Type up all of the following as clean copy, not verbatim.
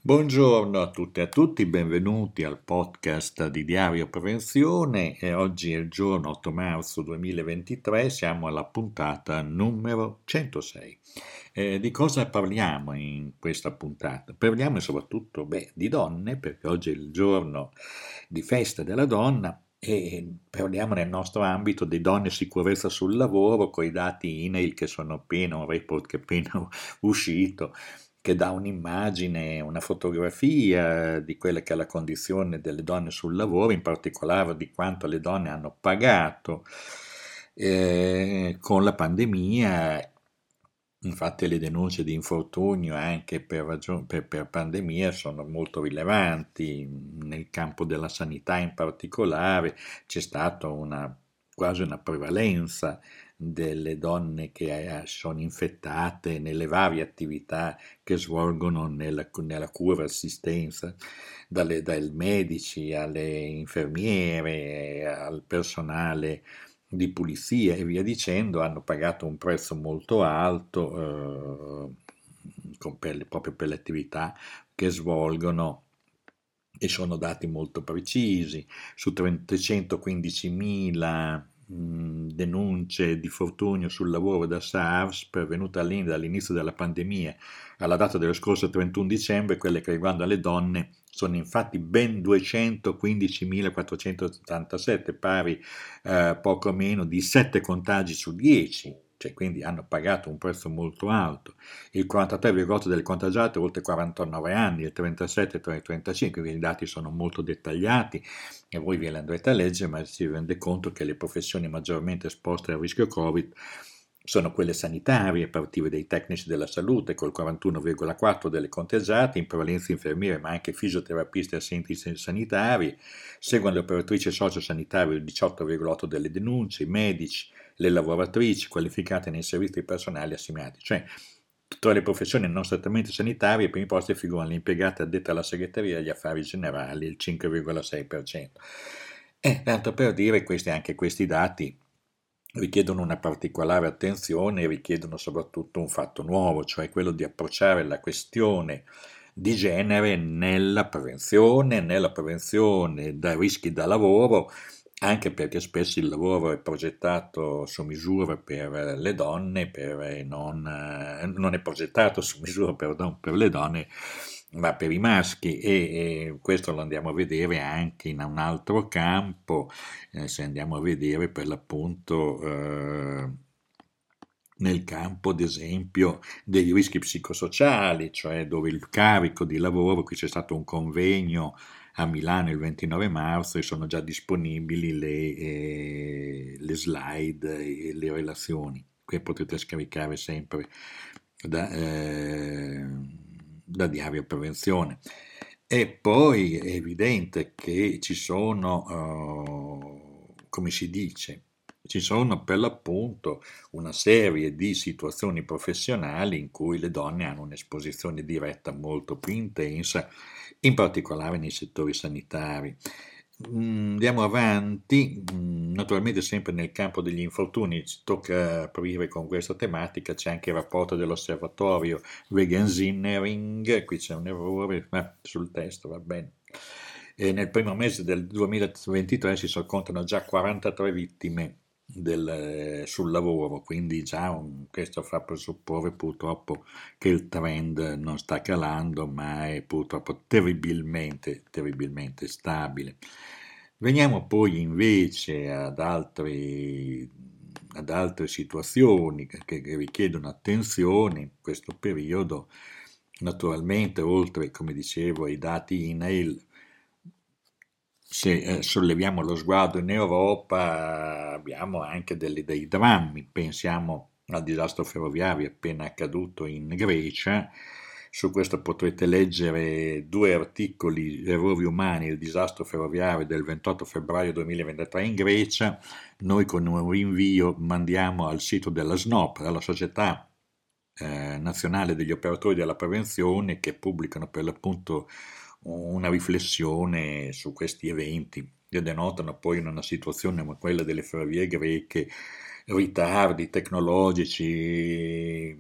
Buongiorno a tutte e a tutti, benvenuti al podcast di Diario Prevenzione. Oggi è il giorno 8 marzo 2023, siamo alla puntata numero 106. Di cosa parliamo in questa puntata? Parliamo soprattutto di donne, perché oggi è il giorno di festa della donna e parliamo nel nostro ambito di donne e sicurezza sul lavoro con i dati INAIL che sono appena, un report che è appena uscito, che dà un'immagine, una fotografia di quella che è la condizione delle donne sul lavoro, in particolare di quanto le donne hanno pagato con la pandemia. Infatti le denunce di infortunio anche per pandemia sono molto rilevanti. Nel campo della sanità in particolare c'è stata quasi una prevalenza delle donne che sono infettate nelle varie attività che svolgono nella cura e assistenza, dai medici alle infermiere, al personale di pulizia e via dicendo, hanno pagato un prezzo molto alto proprio per le attività che svolgono e sono dati molto precisi. Su 315.000 denunce di infortunio sul lavoro da SARS pervenute dall'inizio della pandemia alla data dello scorso 31 dicembre, quelle che riguardano le donne sono infatti ben 215.487, pari poco meno di 7 contagi su 10, cioè quindi hanno pagato un prezzo molto alto. Il 43,8% delle contagiate oltre 49 anni, il 37 tra i 35, quindi i dati sono molto dettagliati e voi ve li andrete a leggere, ma si rende conto che le professioni maggiormente esposte al rischio Covid sono quelle sanitarie, a partire dai tecnici della salute, col 41,4% delle contagiate, in prevalenza infermiere, ma anche fisioterapisti e assistenti sanitari, seguono le operatrici sociosanitarie, il 18,8% delle denunce, i medici, le lavoratrici qualificate nei servizi personali assegnati, cioè tutte le professioni non strettamente sanitarie, ai primi posti figurano le impiegate addette alla segreteria e agli affari generali, il 5,6%. Tanto per dire, anche questi dati richiedono una particolare attenzione e richiedono soprattutto un fatto nuovo, cioè quello di approcciare la questione di genere nella prevenzione dai rischi da lavoro, anche perché spesso il lavoro è progettato su misura per le donne, non è progettato su misura, perdon, per le donne, ma per i maschi e questo lo andiamo a vedere anche in un altro campo, se andiamo a vedere per l'appunto nel campo, ad esempio, dei rischi psicosociali, cioè dove il carico di lavoro, qui c'è stato un convegno a Milano il 29 marzo e sono già disponibili le slide e le relazioni che potete scaricare sempre da, eh, da Diario Prevenzione. E poi è evidente che ci sono, come si dice, ci sono per l'appunto una serie di situazioni professionali in cui le donne hanno un'esposizione diretta molto più intensa, in particolare nei settori sanitari. Andiamo avanti, naturalmente sempre nel campo degli infortuni, ci tocca aprire con questa tematica, c'è anche il rapporto dell'osservatorio Regenzinering, qui c'è un errore sul testo, va bene. Nel primo mese del 2023 si contano già 43 vittime sul lavoro, quindi questo fa presupporre purtroppo che il trend non sta calando, ma è purtroppo terribilmente stabile. Veniamo poi invece ad altre situazioni che richiedono attenzione in questo periodo. Naturalmente, oltre, come dicevo, ai dati INAIL, se solleviamo lo sguardo in Europa abbiamo anche dei drammi, pensiamo al disastro ferroviario appena accaduto in Grecia. Su questo potrete leggere due articoli: Errori umani, il disastro ferroviario del 28 febbraio 2023 in Grecia. Noi con un rinvio mandiamo al sito della SNOP, dalla Società Nazionale degli Operatori della Prevenzione, che pubblicano per l'appunto una riflessione su questi eventi che denotano poi in una situazione come quella delle ferrovie greche ritardi tecnologici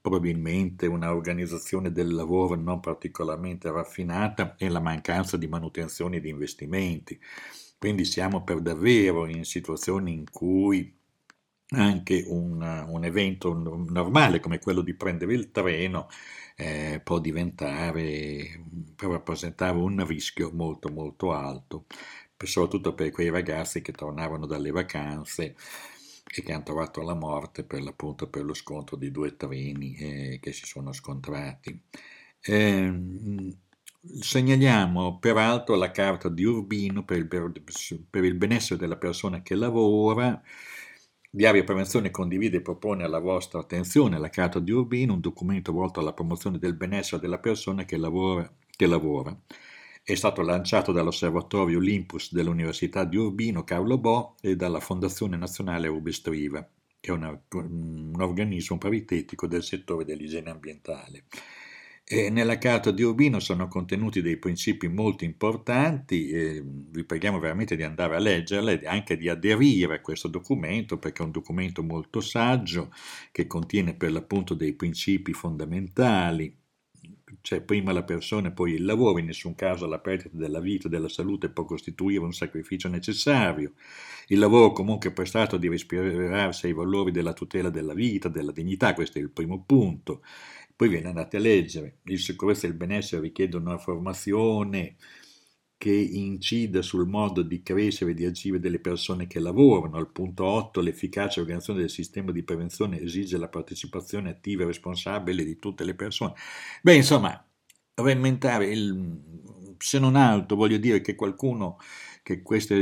probabilmente una organizzazione del lavoro non particolarmente raffinata e la mancanza di manutenzione e di investimenti. Quindi siamo per davvero in situazioni in cui anche un evento normale come quello di prendere il treno può diventare, può rappresentare un rischio molto molto alto, soprattutto per quei ragazzi che tornavano dalle vacanze e che hanno trovato la morte per l'appunto per lo scontro di due treni che si sono scontrati. Ehm, Segnaliamo peraltro la carta di Urbino per il benessere della persona che lavora. Diario Prevenzione condivide e propone alla vostra attenzione la carta di Urbino, un documento volto alla promozione del benessere della persona che lavora. È stato lanciato dall'Osservatorio Olympus dell'Università di Urbino Carlo Bo e dalla Fondazione Nazionale Rubestriva, che è un organismo paritetico del settore dell'igiene ambientale. Nella carta di Urbino sono contenuti dei principi molto importanti, vi preghiamo veramente di andare a leggerla e anche di aderire a questo documento perché è un documento molto saggio che contiene per l'appunto dei principi fondamentali, cioè prima la persona e poi il lavoro, in nessun caso la perdita della vita e della salute può costituire un sacrificio necessario. Il lavoro comunque prestato deve ispirarsi ai valori della tutela della vita, della dignità, questo è il primo punto. Poi viene andate a leggere, il sicurezza e il benessere richiedono una formazione che incida sul modo di crescere e di agire delle persone che lavorano. Al punto 8, l'efficace organizzazione del sistema di prevenzione esige la partecipazione attiva e responsabile di tutte le persone. Beh, insomma, rammentare, se non altro, voglio dire che qualcuno, che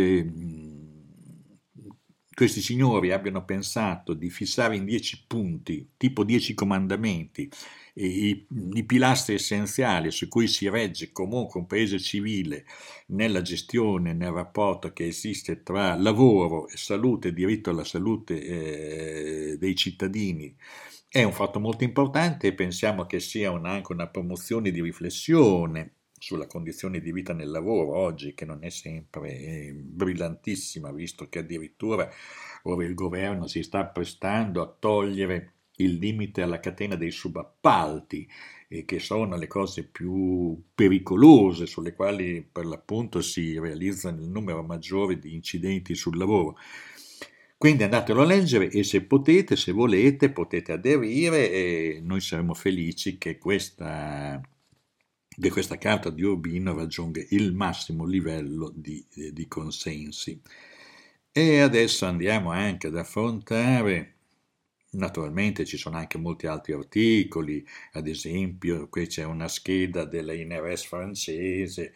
questi signori abbiano pensato di fissare in 10 punti, tipo 10 comandamenti, i pilastri essenziali su cui si regge comunque un paese civile nella gestione, nel rapporto che esiste tra lavoro, salute e diritto alla salute dei cittadini, è un fatto molto importante e pensiamo che sia anche una promozione di riflessione sulla condizione di vita nel lavoro oggi, che non è sempre brillantissima, visto che addirittura ora il governo si sta prestando a togliere il limite alla catena dei subappalti, che sono le cose più pericolose, sulle quali per l'appunto si realizza il numero maggiore di incidenti sul lavoro. Quindi andatelo a leggere e se potete, se volete, potete aderire e noi saremo felici che questa carta di Urbino raggiunga il massimo livello di consensi. E adesso andiamo anche ad affrontare, naturalmente ci sono anche molti altri articoli, ad esempio qui c'è una scheda della INRS francese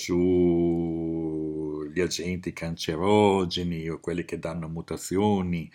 sugli agenti cancerogeni o quelli che danno mutazioni,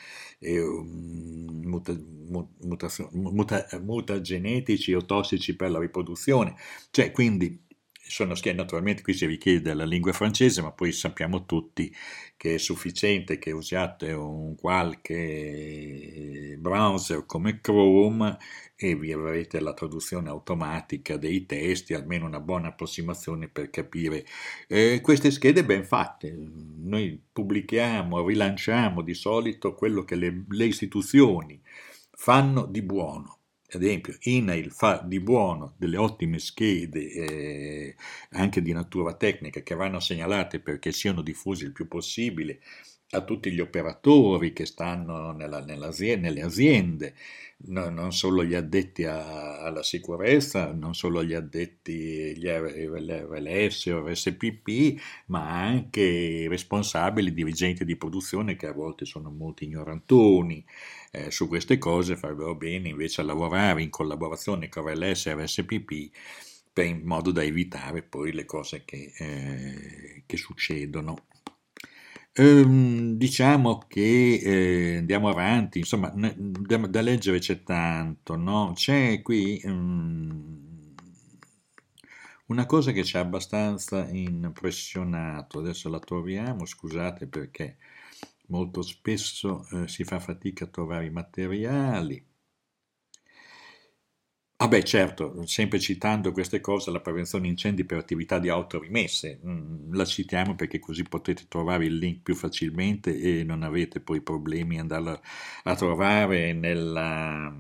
mutagenetici o tossici per la riproduzione, cioè quindi sono schede, naturalmente qui si richiede la lingua francese, ma poi sappiamo tutti che è sufficiente che usiate un qualche browser come Chrome e vi avrete la traduzione automatica dei testi, almeno una buona approssimazione per capire. Queste schede ben fatte, noi pubblichiamo, rilanciamo di solito quello che le istituzioni fanno di buono. Ad esempio, INAIL fa di buono delle ottime schede anche di natura tecnica che vanno segnalate perché siano diffuse il più possibile a tutti gli operatori che stanno nelle aziende, non solo gli addetti alla sicurezza, non solo gli addetti gli RLS o RSPP, ma anche i responsabili, dirigenti di produzione che a volte sono molto ignorantoni. Su queste cose farebbero bene invece a lavorare in collaborazione con RLS e RSPP in modo da evitare poi le cose che succedono. Diciamo che andiamo avanti, insomma, da leggere c'è tanto, no? C'è qui una cosa che ci ha abbastanza impressionato, adesso la troviamo, scusate perché molto spesso si fa fatica a trovare i materiali. Ah beh, certo, sempre citando queste cose, la prevenzione incendi per attività di autorimesse, la citiamo perché così potete trovare il link più facilmente e non avete poi problemi ad andarla a trovare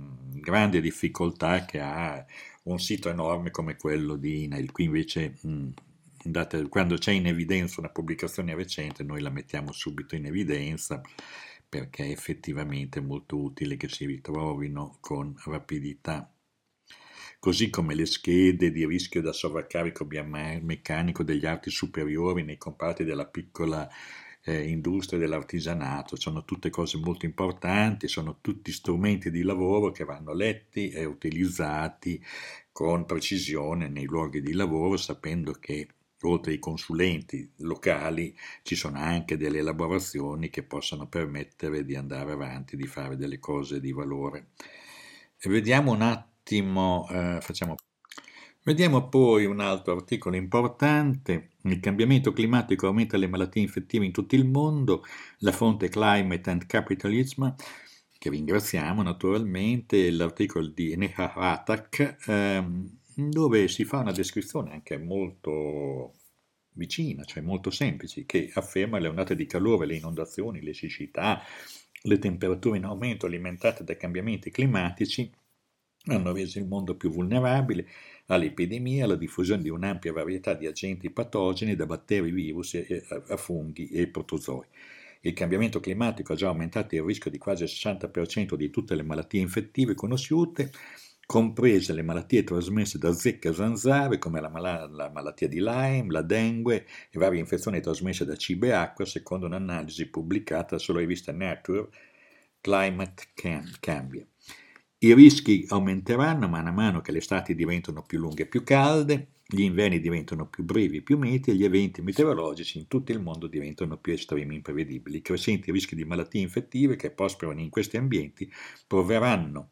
grande difficoltà che ha un sito enorme come quello di INAIL. Qui invece quando c'è in evidenza una pubblicazione recente noi la mettiamo subito in evidenza perché è effettivamente molto utile che si ritrovino con rapidità. Così come le schede di rischio da sovraccarico biomeccanico degli arti superiori nei comparti della piccola industria dell'artigianato, sono tutte cose molto importanti, sono tutti strumenti di lavoro che vanno letti e utilizzati con precisione nei luoghi di lavoro, sapendo che oltre ai consulenti locali ci sono anche delle elaborazioni che possono permettere di andare avanti, di fare delle cose di valore. E vediamo un attimo, Vediamo poi un altro articolo importante. Il cambiamento climatico aumenta le malattie infettive in tutto il mondo, la fonte Climate and Capitalism, che ringraziamo naturalmente, l'articolo di Neha Ratak, dove si fa una descrizione anche molto vicina, cioè molto semplice, che afferma le ondate di calore, le inondazioni, le siccità, le temperature in aumento alimentate dai cambiamenti climatici hanno reso il mondo più vulnerabile alle epidemie, alla diffusione di un'ampia varietà di agenti patogeni, da batteri, virus a funghi e protozoi. Il cambiamento climatico ha già aumentato il rischio di quasi il 60% di tutte le malattie infettive conosciute, comprese le malattie trasmesse da zecche e zanzare, come la malattia di Lyme, la dengue e varie infezioni trasmesse da cibo e acqua, secondo un'analisi pubblicata sulla rivista Nature Climate Cambia. I rischi aumenteranno man mano che le estati diventano più lunghe e più calde, gli inverni diventano più brevi e più miti e gli eventi meteorologici in tutto il mondo diventano più estremi e imprevedibili. I crescenti rischi di malattie infettive che prosperano in questi ambienti deriveranno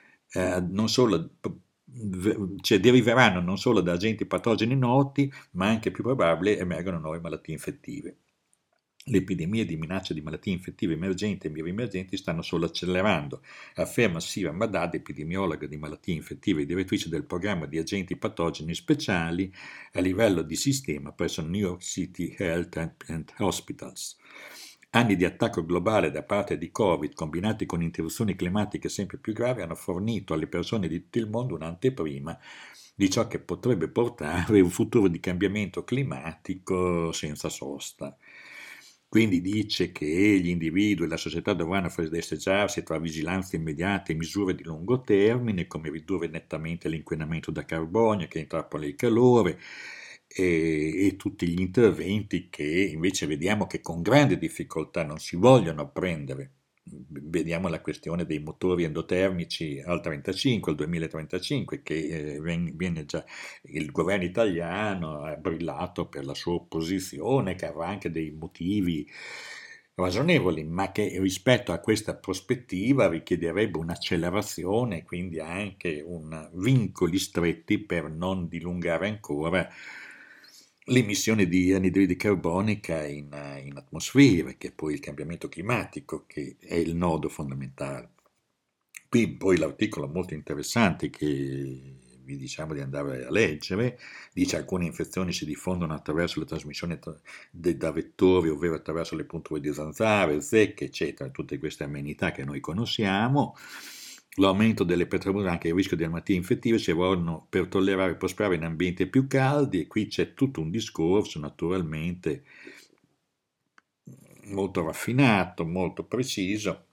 non solo da agenti patogeni noti, ma anche più probabile emergono nuove malattie infettive. Le epidemie di minaccia di malattie infettive emergenti e bioemergenti stanno solo accelerando, afferma Siva Madad, epidemiologa di malattie infettive e direttrice del programma di agenti patogeni speciali a livello di sistema presso New York City Health and Hospitals. Anni di attacco globale da parte di Covid, combinati con interruzioni climatiche sempre più gravi, hanno fornito alle persone di tutto il mondo un'anteprima di ciò che potrebbe portare un futuro di cambiamento climatico senza sosta. Quindi dice che gli individui e la società dovranno festeggiarsi tra vigilanza immediata e misure di lungo termine, come ridurre nettamente l'inquinamento da carbonio che intrappola il calore e tutti gli interventi che invece vediamo che con grande difficoltà non si vogliono prendere. Vediamo la questione dei motori endotermici al 2035, che viene già il governo italiano ha brillato per la sua opposizione, che avrà anche dei motivi ragionevoli, ma che rispetto a questa prospettiva richiederebbe un'accelerazione, quindi anche vincoli stretti per non dilungare ancora l'emissione di anidride carbonica in atmosfera, che è poi il cambiamento climatico, che è il nodo fondamentale. Qui poi l'articolo molto interessante che vi diciamo di andare a leggere, dice alcune infezioni si diffondono attraverso la trasmissione da vettori, ovvero attraverso le punture di zanzare, zecche, eccetera, tutte queste amenità che noi conosciamo. L'aumento delle temperature, anche il rischio di malattie infettive, si evolvono per tollerare e prosperare in ambienti più caldi, e qui c'è tutto un discorso naturalmente molto raffinato, molto preciso.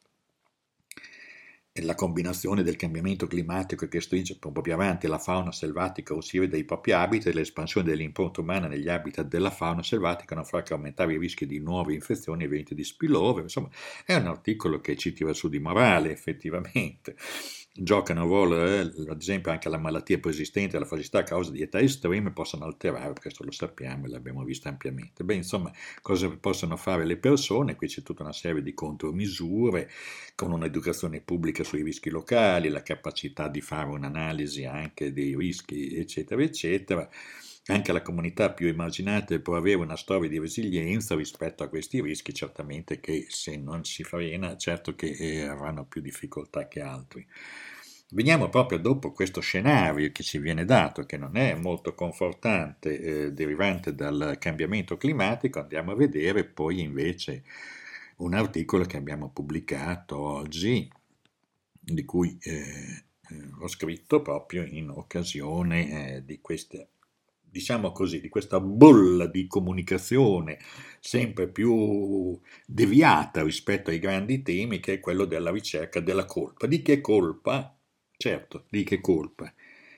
La combinazione del cambiamento climatico che stringe un po' più avanti la fauna selvatica uscire dai propri habitat e l'espansione dell'impronta umana negli habitat della fauna selvatica non fa che aumentare i rischi di nuove infezioni e eventi di spillover. Insomma, è un articolo che ci tira su di morale, effettivamente. Giocano un ruolo, ad esempio, anche la malattia preesistente e la fragilità a causa di età estreme possono alterare, questo lo sappiamo e l'abbiamo visto ampiamente. Beh, insomma, cosa possono fare le persone? Qui c'è tutta una serie di contromisure, con un'educazione pubblica sui rischi locali, la capacità di fare un'analisi anche dei rischi, eccetera, eccetera. Anche la comunità più emarginata può avere una storia di resilienza rispetto a questi rischi, certamente che se non si frena, certo che avranno più difficoltà che altri. Veniamo proprio dopo questo scenario che ci viene dato, che non è molto confortante, derivante dal cambiamento climatico, andiamo a vedere poi invece un articolo che abbiamo pubblicato oggi, di cui ho scritto proprio in occasione di queste, diciamo così, di questa bolla di comunicazione sempre più deviata rispetto ai grandi temi, che è quello della ricerca della colpa. Di che colpa? Certo, di che colpa?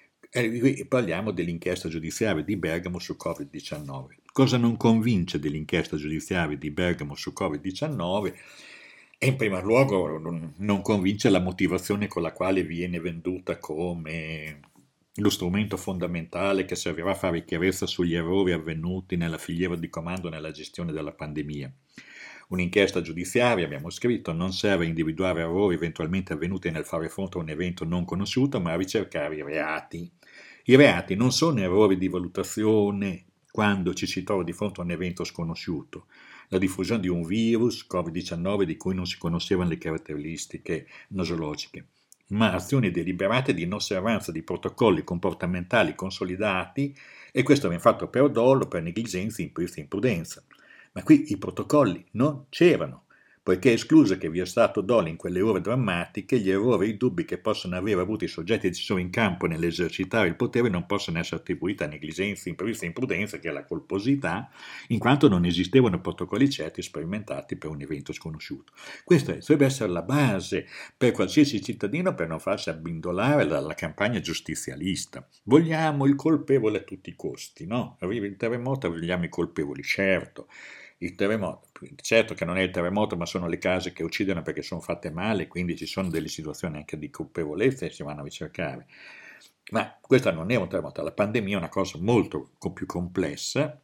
Parliamo dell'inchiesta giudiziaria di Bergamo su Covid-19. Cosa non convince dell'inchiesta giudiziaria di Bergamo su Covid-19? E in primo luogo non convince la motivazione con la quale viene venduta come lo strumento fondamentale che servirà a fare chiarezza sugli errori avvenuti nella filiera di comando nella gestione della pandemia. Un'inchiesta giudiziaria, abbiamo scritto, non serve a individuare errori eventualmente avvenuti nel fare fronte a un evento non conosciuto, ma a ricercare i reati. I reati non sono errori di valutazione quando ci si trova di fronte a un evento sconosciuto. La diffusione di un virus, Covid-19, di cui non si conoscevano le caratteristiche nosologiche, ma azioni deliberate di inosservanza di protocolli comportamentali consolidati, e questo viene fatto per dolo, per negligenza, imprudenza. Ma qui i protocolli non c'erano, poiché è escluso che vi sia stato dolo in quelle ore drammatiche, gli errori e i dubbi che possono avere avuto i soggetti decisori in campo nell'esercitare il potere non possono essere attribuiti a negligenza, imprudenza, che è la colposità, in quanto non esistevano protocolli certi sperimentati per un evento sconosciuto. Questa dovrebbe essere la base per qualsiasi cittadino per non farsi abbindolare dalla campagna giustizialista. Vogliamo il colpevole a tutti i costi, no? Arriva il terremoto, vogliamo i colpevoli, certo. Il terremoto, certo che non è il terremoto, ma sono le case che uccidono perché sono fatte male, quindi ci sono delle situazioni anche di colpevolezza e si vanno a ricercare. Ma questo non è un terremoto, la pandemia è una cosa molto più complessa,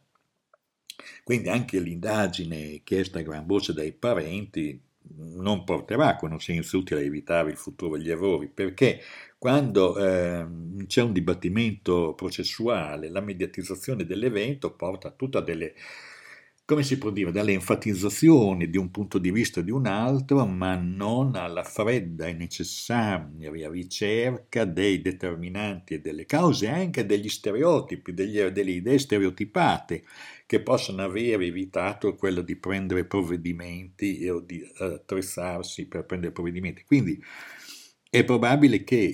quindi anche l'indagine chiesta a gran voce dai parenti non porterà a conoscenze utili a evitare il futuro degli errori, perché quando c'è un dibattimento processuale, la mediatizzazione dell'evento porta a tutta delle, come si può dire, dalle enfatizzazioni di un punto di vista o di un altro, ma non alla fredda e necessaria ricerca dei determinanti e delle cause, anche degli stereotipi, delle idee stereotipate che possono avere evitato quello di prendere provvedimenti o di attrezzarsi per prendere provvedimenti. Quindi è probabile che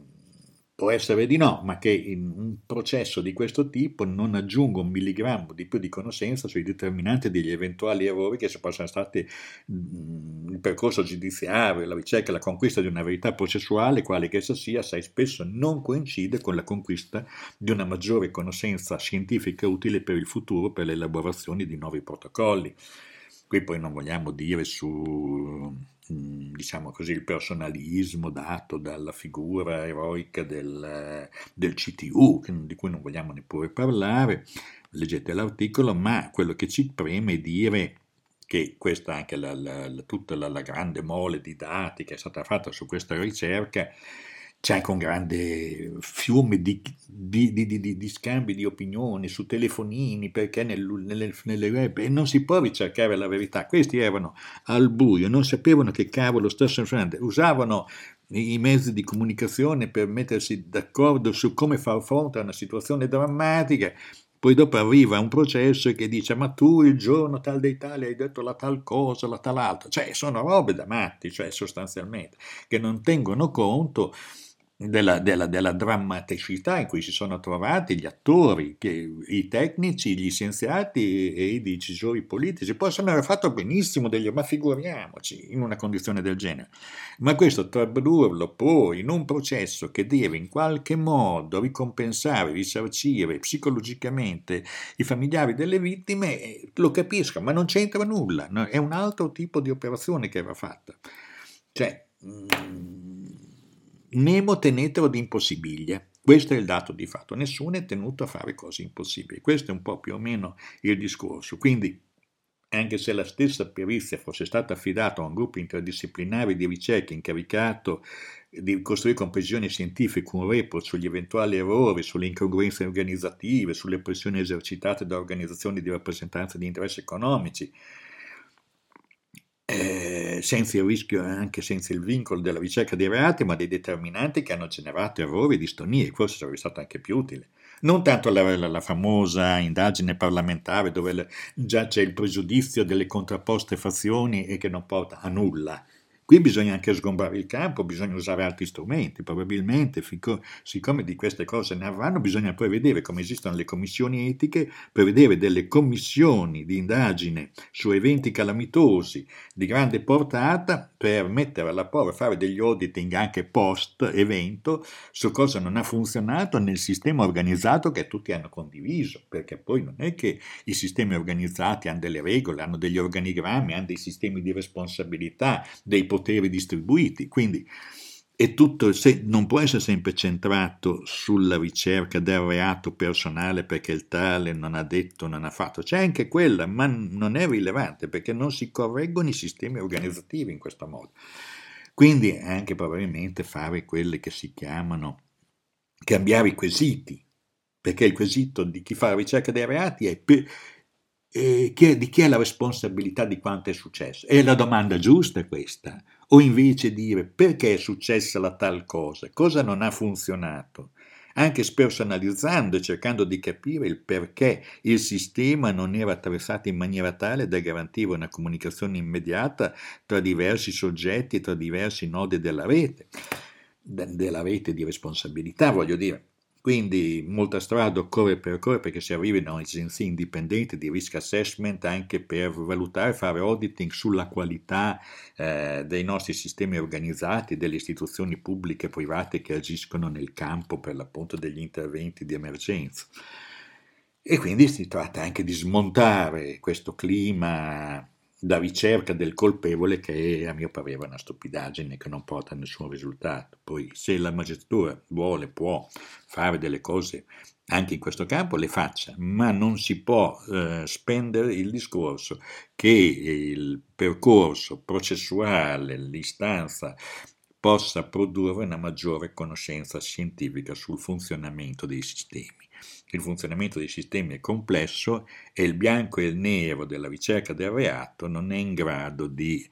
può essere di no, ma che in un processo di questo tipo non aggiunga un milligrammo di più di conoscenza sui determinanti degli eventuali errori che possono stati il percorso giudiziario, la ricerca e la conquista di una verità processuale, quale che essa sia, assai spesso non coincide con la conquista di una maggiore conoscenza scientifica utile per il futuro, per l'elaborazione di nuovi protocolli. Qui poi non vogliamo dire su, diciamo così, il personalismo dato dalla figura eroica del CTU, di cui non vogliamo neppure parlare, leggete l'articolo, ma quello che ci preme è dire che questa anche tutta la grande mole di dati che è stata fatta su questa ricerca, c'è anche un grande fiume di scambi di opinioni su telefonini, perché nelle web, e non si può ricercare la verità. Questi erano al buio, non sapevano che cavolo stessero facendo, usavano i mezzi di comunicazione per mettersi d'accordo su come far fronte a una situazione drammatica. Poi dopo arriva un processo che dice: ma tu il giorno tal dei tali hai detto la tal cosa, la tal altra. Cioè sono robe da matti, cioè sostanzialmente, che non tengono conto della drammaticità in cui si sono trovati gli attori, i tecnici, gli scienziati e i decisori politici. Possono aver fatto benissimo ma figuriamoci in una condizione del genere. Ma questo tradurlo poi in un processo che deve in qualche modo ricompensare, risarcire psicologicamente i familiari delle vittime, lo capisco, ma non c'entra nulla, no? È un altro tipo di operazione che va fatta. Cioè, Nemo tenetelo di impossibile. Questo è il dato di fatto, nessuno è tenuto a fare cose impossibili. Questo è un po' più o meno il discorso. Quindi, anche se la stessa perizia fosse stata affidata a un gruppo interdisciplinare di ricerca incaricato di costruire con precisione scientifica un report sugli eventuali errori, sulle incongruenze organizzative, sulle pressioni esercitate da organizzazioni di rappresentanza di interessi economici, senza il rischio, anche senza il vincolo della ricerca dei reati, ma dei determinanti che hanno generato errori e distonie, forse sarebbe stato anche più utile. Non tanto la famosa indagine parlamentare dove già c'è il pregiudizio delle contrapposte fazioni e che non porta a nulla. Qui bisogna anche sgombrare il campo, bisogna usare altri strumenti, probabilmente, siccome di queste cose ne avranno, bisogna poi vedere come esistono le commissioni etiche, prevedere delle commissioni di indagine su eventi calamitosi di grande portata per mettere alla prova, fare degli auditing anche post evento su cosa non ha funzionato nel sistema organizzato che tutti hanno condiviso, perché poi non è che i sistemi organizzati hanno delle regole, hanno degli organigrammi, hanno dei sistemi di responsabilità, dei poteri distribuiti, quindi è tutto, non può essere sempre centrato sulla ricerca del reato personale perché il tale non ha detto, non ha fatto, c'è anche quella, ma non è rilevante perché non si correggono i sistemi organizzativi in questo modo. Quindi anche probabilmente fare quelle che si chiamano cambiare i quesiti, perché il quesito di chi fa la ricerca dei reati è di chi è la responsabilità di quanto è successo. E la domanda giusta è questa, o invece dire perché è successa la tal cosa non ha funzionato, anche spersonalizzando e cercando di capire il perché il sistema non era attraversato in maniera tale da garantire una comunicazione immediata tra diversi soggetti, tra diversi nodi della rete di responsabilità, voglio dire. Quindi molta strada occorre percorrere perché si arrivi da un'agenzia indipendente di risk assessment anche per valutare, fare auditing sulla qualità dei nostri sistemi organizzati, delle istituzioni pubbliche e private che agiscono nel campo per l'appunto degli interventi di emergenza. E quindi si tratta anche di smontare questo clima da ricerca del colpevole che è, a mio parere, una stupidaggine che non porta a nessun risultato. Poi se la magistratura vuole, può fare delle cose anche in questo campo, le faccia, ma non si può spendere il discorso che il percorso processuale, l'istanza possa produrre una maggiore conoscenza scientifica sul funzionamento dei sistemi. Il funzionamento dei sistemi è complesso e il bianco e il nero della ricerca del reato non è in grado di...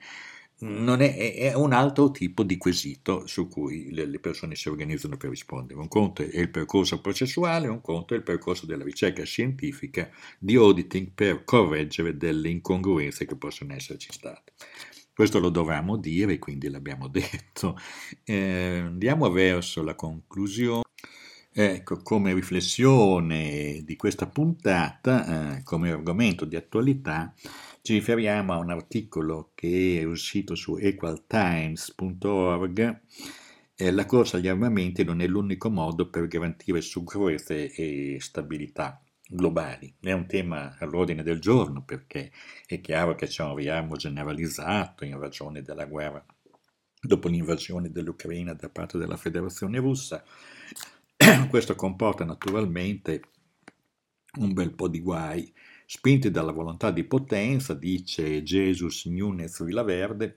è un altro tipo di quesito su cui le persone si organizzano per rispondere. Un conto è il percorso processuale, un conto è il percorso della ricerca scientifica di auditing per correggere delle incongruenze che possono esserci state. Questo lo dovevamo dire, quindi l'abbiamo detto. Andiamo verso la conclusione. Ecco, come riflessione di questa puntata, come argomento di attualità, ci riferiamo a un articolo che è uscito su equaltimes.org. La corsa agli armamenti non è l'unico modo per garantire sicurezza e stabilità globali. È un tema all'ordine del giorno perché è chiaro che c'è un riarmo generalizzato in ragione della guerra dopo l'invasione dell'Ucraina da parte della Federazione Russa. Questo comporta naturalmente un bel po' di guai, spinti dalla volontà di potenza, dice Jesus Núñez Villaverde,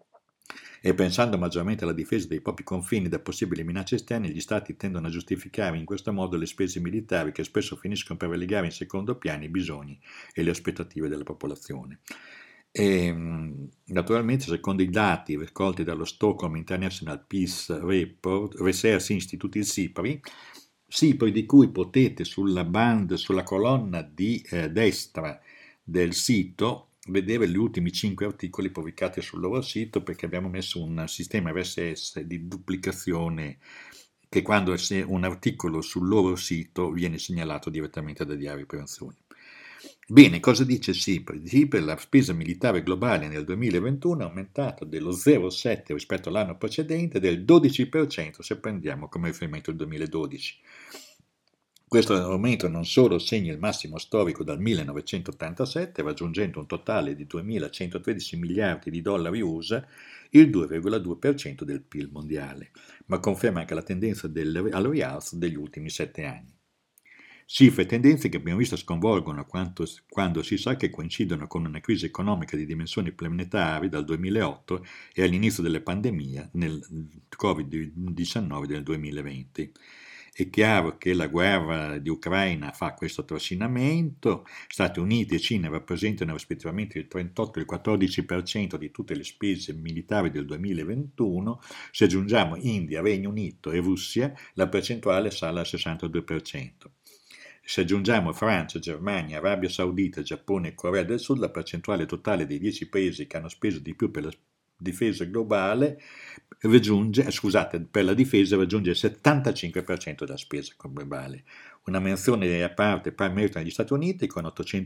e pensando maggiormente alla difesa dei propri confini da possibili minacce esterne, gli stati tendono a giustificare in questo modo le spese militari che spesso finiscono per relegare in secondo piano i bisogni e le aspettative della popolazione. E, naturalmente, secondo i dati raccolti dallo Stockholm International Peace Report, Research Institute, il SIPRI di cui potete sulla colonna di destra del sito vedere gli ultimi 5 articoli pubblicati sul loro sito, perché abbiamo messo un sistema RSS di duplicazione che quando c'è un articolo sul loro sito viene segnalato direttamente da Diario Operazioni. Bene, cosa dice SIPRI? SIPRI, la spesa militare globale nel 2021 è aumentata dello 0,7 rispetto all'anno precedente e del 12% se prendiamo come riferimento il 2012. Questo aumento non solo segna il massimo storico dal 1987, raggiungendo un totale di 2.113 miliardi di dollari USA, il 2,2% del PIL mondiale, ma conferma anche la tendenza al rialzo degli ultimi 7 anni. Cifre e tendenze che abbiamo visto sconvolgono quando si sa che coincidono con una crisi economica di dimensioni planetarie dal 2008 e all'inizio della pandemia nel Covid-19 del 2020. È chiaro che la guerra di Ucraina fa questo trascinamento, Stati Uniti e Cina rappresentano rispettivamente il 38 e il 14% di tutte le spese militari del 2021, se aggiungiamo India, Regno Unito e Russia la percentuale sale al 62%. Se aggiungiamo Francia, Germania, Arabia Saudita, Giappone e Corea del Sud, la percentuale totale dei 10 paesi che hanno speso di più per la difesa globale raggiunge, scusate, per la difesa raggiunge il 75% della spesa globale. Una menzione a parte merita negli Stati Uniti con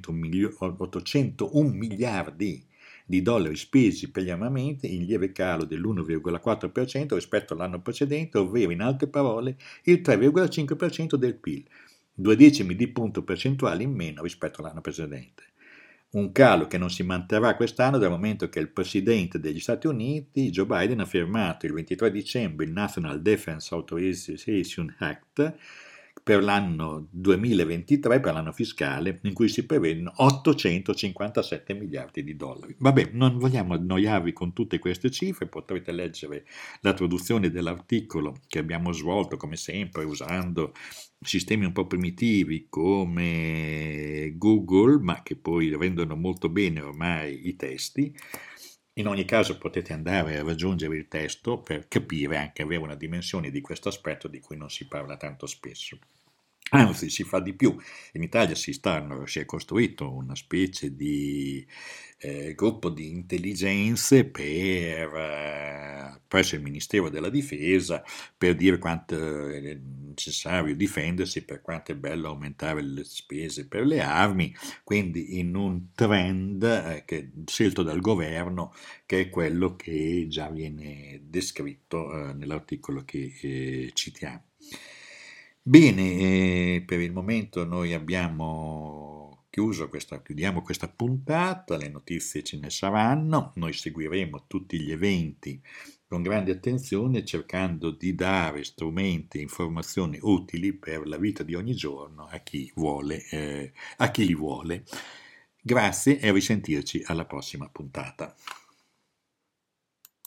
801 miliardi di dollari spesi per gli armamenti, in lieve calo dell'1,4% rispetto all'anno precedente, ovvero in altre parole il 3,5% del PIL, 0,2 di punto percentuali in meno rispetto all'anno precedente. Un calo che non si manterrà quest'anno dal momento che il presidente degli Stati Uniti, Joe Biden, ha firmato il 23 dicembre il National Defense Authorization Act per l'anno 2023, per l'anno fiscale, in cui si prevedono 857 miliardi di dollari. Vabbè, non vogliamo annoiarvi con tutte queste cifre, potrete leggere la traduzione dell'articolo che abbiamo svolto, come sempre, usando sistemi un po' primitivi come Google, ma che poi rendono molto bene ormai i testi. In ogni caso potete andare a raggiungere il testo per capire, anche avere una dimensione di questo aspetto di cui non si parla tanto spesso. Anzi, si fa di più. In Italia si è costruito una specie di gruppo di intelligenze presso il Ministero della Difesa per dire quanto è necessario difendersi, per quanto è bello aumentare le spese per le armi, quindi in un trend scelto dal governo, che è quello che già viene descritto nell'articolo che citiamo. Bene, per il momento noi abbiamo chiudiamo questa puntata, le notizie ce ne saranno, noi seguiremo tutti gli eventi con grande attenzione, cercando di dare strumenti e informazioni utili per la vita di ogni giorno a chi li vuole. Grazie e a risentirci alla prossima puntata.